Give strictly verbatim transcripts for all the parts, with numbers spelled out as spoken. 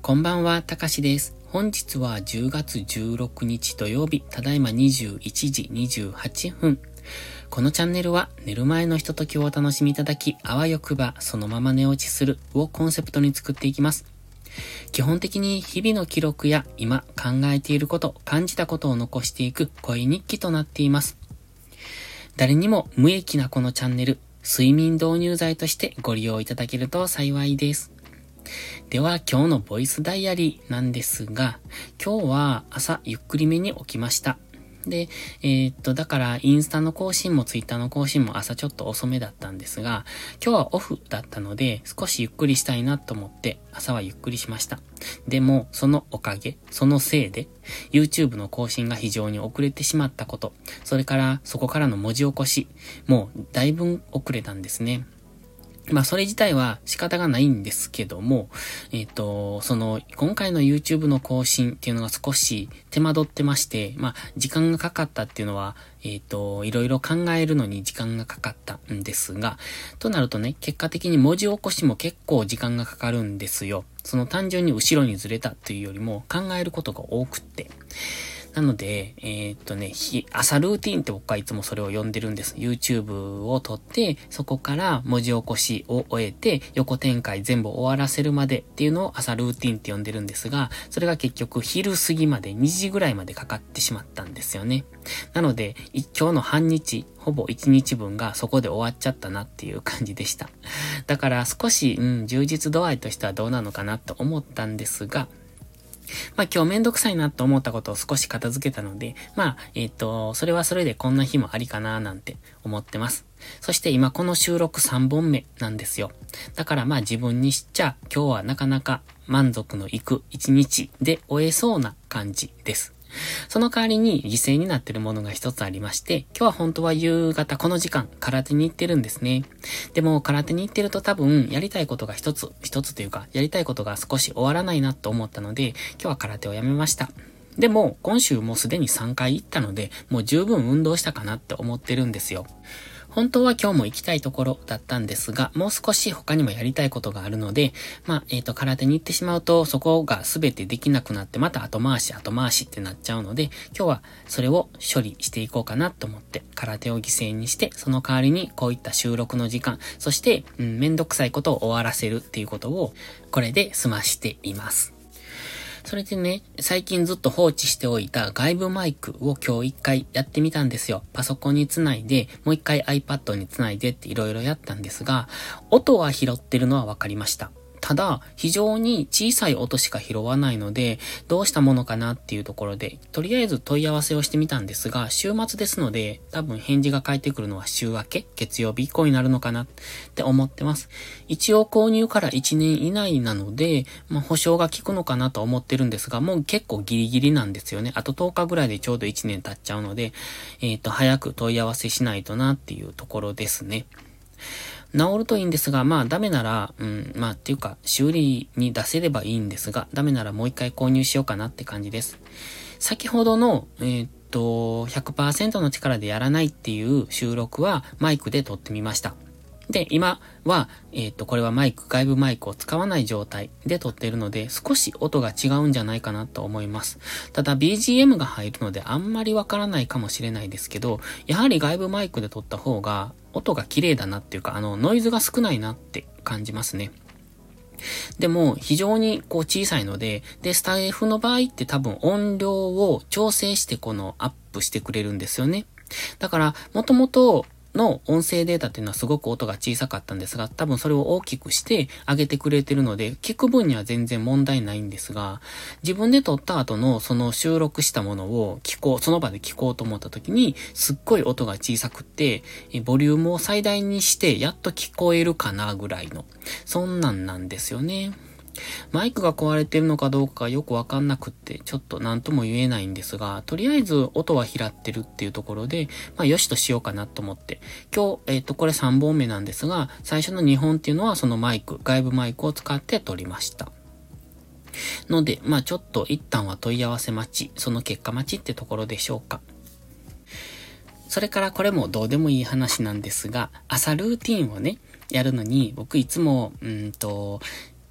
こんばんは、たかしです。本日はじゅうがつじゅうろくにち土曜日、ただいまにじゅういちじにじゅうはっぷん。このチャンネルは寝る前のひとときをお楽しみいただき、あわよくばそのまま寝落ちするをコンセプトに作っていきます。基本的に日々の記録や今考えていること、感じたことを残していく声日記となっています。誰にも無益なこのチャンネル、睡眠導入剤としてご利用いただけると幸いです。では今日のボイスダイアリーなんですが、今日は朝ゆっくりめに起きました。で、えー、っと、だからインスタの更新もツイッターの更新も朝ちょっと遅めだったんですが、今日はオフだったので少しゆっくりしたいなと思って朝はゆっくりしました。でもそのおかげ、そのせいで YouTube の更新が非常に遅れてしまったこと、それからそこからの文字起こし、もうだいぶ遅れたんですね。まあそれ自体は仕方がないんですけども、えっと、その今回の YouTube の更新っていうのが少し手間取ってまして、まあ時間がかかったっていうのは、えっと、いろいろ考えるのに時間がかかったんですが、となるとね、結果的に文字起こしも結構時間がかかるんですよ。その単純に後ろにずれたというよりも考えることが多くって。なので、えー、っとね、朝ルーティンって僕はいつもそれを呼んでるんです。YouTube を撮って、そこから文字起こしを終えて、横展開全部終わらせるまでっていうのを朝ルーティンって呼んでるんですが、それが結局昼過ぎまでにじぐらいまでかかってしまったんですよね。なので、今日の半日、ほぼいちにちぶんがそこで終わっちゃったなっていう感じでした。だから少し、うん、充実度合いとしてはどうなのかなと思ったんですが、まあ今日めんどくさいなと思ったことを少し片付けたので、まあ、えっと、それはそれでこんな日もありかななんて思ってます。そして今この収録さんぼんめなんですよ。だからまあ自分にしちゃ今日はなかなか満足のいく一日で終えそうな感じです。その代わりに犠牲になっているものが一つありまして、今日は本当は夕方この時間空手に行ってるんですね。でも空手に行ってると多分やりたいことが一つ、一つというかやりたいことが少し終わらないなと思ったので、今日は空手をやめました。でも今週もうすでにさんかい行ったので、もう十分運動したかなって思ってるんですよ。本当は今日も行きたいところだったんですが、もう少し他にもやりたいことがあるので、まあ、えっと、空手に行ってしまうと、そこが全てできなくなって、また後回し後回しってなっちゃうので、今日はそれを処理していこうかなと思って、空手を犠牲にして、その代わりにこういった収録の時間、そして、うん、めんどくさいことを終わらせるっていうことを、これで済ましています。それでね、最近ずっと放置しておいた外部マイクを今日一回やってみたんですよ。パソコンにつないで、もう一回 iPad につないでっていろいろやったんですが、音は拾ってるのはわかりました。ただ、非常に小さい音しか拾わないので、どうしたものかなっていうところで、とりあえず問い合わせをしてみたんですが、週末ですので、多分返事が返ってくるのは週明け、月曜日以降になるのかなって思ってます。一応購入からいちねん以内なので、まあ、保証が効くのかなと思ってるんですが、もう結構ギリギリなんですよね。あととおかぐらいでちょうどいちねん経っちゃうので、えっと、早く問い合わせしないとなっていうところですね。治るといいんですが、まあダメなら、うん、まあっていうか修理に出せればいいんですが、ダメならもう一回購入しようかなって感じです。先ほどの、えー、っと、ひゃくパーセント の力でやらないっていう収録はマイクで撮ってみました。で、今は、えっと、これはマイク、外部マイクを使わない状態で撮っているので、少し音が違うんじゃないかなと思います。ただ ビージーエム が入るのであんまりわからないかもしれないですけど、やはり外部マイクで撮った方が音が綺麗だなっていうか、あの、ノイズが少ないなって感じますね。でも、非常にこう小さいので、で、スタイフの場合って多分音量を調整してこのアップしてくれるんですよね。だから、もともと、の音声データっていうのはすごく音が小さかったんですが、多分それを大きくして上げてくれてるので、聞く分には全然問題ないんですが、自分で撮った後のその収録したものを聞こう、その場で聞こうと思った時に、すっごい音が小さくって、ボリュームを最大にしてやっと聞こえるかなぐらいの、そんなんなんですよね。マイクが壊れてるのかどうかよくわかんなくって、ちょっと何とも言えないんですが、とりあえず音は拾ってるっていうところで、まあよしとしようかなと思って、今日、えっと、これさんぼんめなんですが、最初のにほんっていうのはそのマイク、外部マイクを使って撮りました。ので、まあちょっと一旦は問い合わせ待ち、その結果待ちってところでしょうか。それからこれもどうでもいい話なんですが、朝ルーティンをね、やるのに、僕いつも、うんと、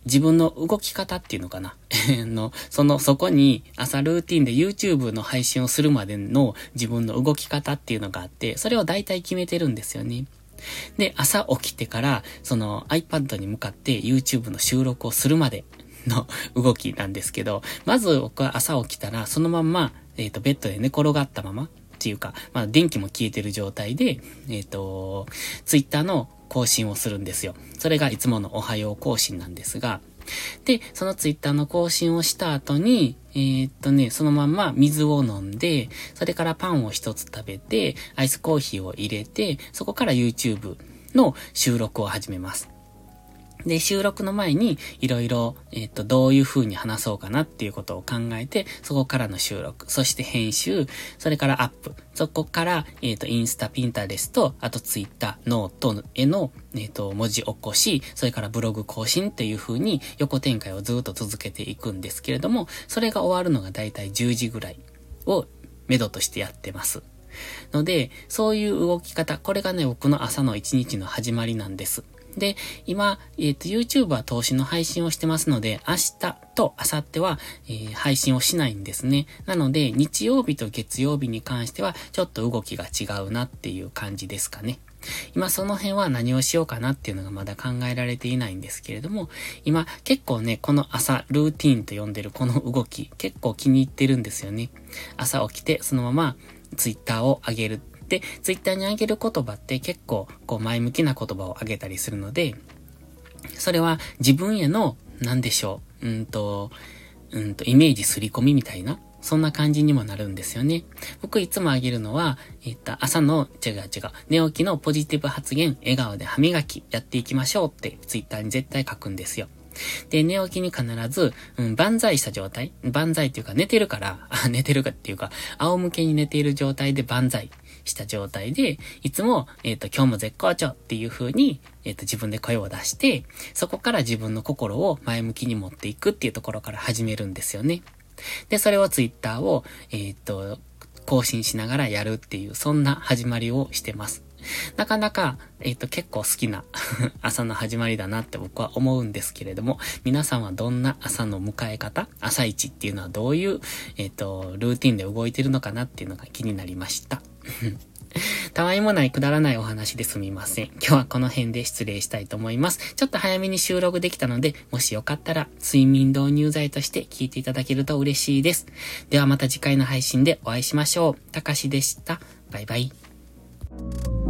自分の動き方っていうのかなの、その、そこに朝ルーティンで YouTube の配信をするまでの自分の動き方っていうのがあって、それを大体決めてるんですよね。で、朝起きてから、その iPad に向かって YouTube の収録をするまでの動きなんですけど、まず僕は朝起きたら、そのまんま、えっと、ベッドで寝転がったままっていうか、まあ、電気も消えてる状態で、えっと、Twitter の更新をするんですよ。それがいつものおはよう更新なんですが、で、そのツイッターの更新をした後に、えー、っとね、そのまんま水を飲んで、それからパンを一つ食べて、アイスコーヒーを入れて、そこから YouTube の収録を始めます。で、収録の前に、いろいろ、えっと、どういう風に話そうかなっていうことを考えて、そこからの収録、そして編集、それからアップ、そこから、えっと、インスタ、ピンタレスト、あとツイッター、ノートへの、えっと、文字起こし、それからブログ更新という風に横展開をずっと続けていくんですけれども、それが終わるのがだいたいじゅうじぐらいを目処としてやってます。ので、そういう動き方、これがね、僕の朝の一日の始まりなんです。で、今、えっと、YouTube は投資の配信をしてますので、明日と明後日は、えー、配信をしないんですね。なので、日曜日と月曜日に関しては、ちょっと動きが違うなっていう感じですかね。今その辺は何をしようかなっていうのがまだ考えられていないんですけれども、今結構ね、この朝ルーティーンと呼んでるこの動き、結構気に入ってるんですよね。朝起きてそのまま Twitter を上げる。で、ツイッターに上げる言葉って結構こう前向きな言葉を上げたりするので、それは自分への、なんでしょう、うんと、うんと、イメージすり込みみたいな、そんな感じにもなるんですよね。僕いつも上げるのは、えっと、朝の、違う違う、寝起きのポジティブ発言、笑顔で歯磨きやっていきましょうってツイッターに絶対書くんですよ。で、寝起きに必ず、うん、万歳した状態、万歳っていうか寝てるから、寝てるかっていうか、仰向けに寝ている状態で万歳した状態で、いつも、えっと、今日も絶好調っていう風に、えっと、自分で声を出して、そこから自分の心を前向きに持っていくっていうところから始めるんですよね。で、それをツイッターを、えっと、更新しながらやるっていう、そんな始まりをしてます。なかなか、えっと、結構好きな朝の始まりだなって僕は思うんですけれども、皆さんはどんな朝の迎え方、朝一っていうのはどういう、えっと、ルーティンで動いてるのかなっていうのが気になりました。たわいもないくだらないお話ですみません。今日はこの辺で失礼したいと思います。ちょっと早めに収録できたので、もしよかったら睡眠導入剤として聞いていただけると嬉しいです。ではまた次回の配信でお会いしましょう。たかしでした。バイバイ。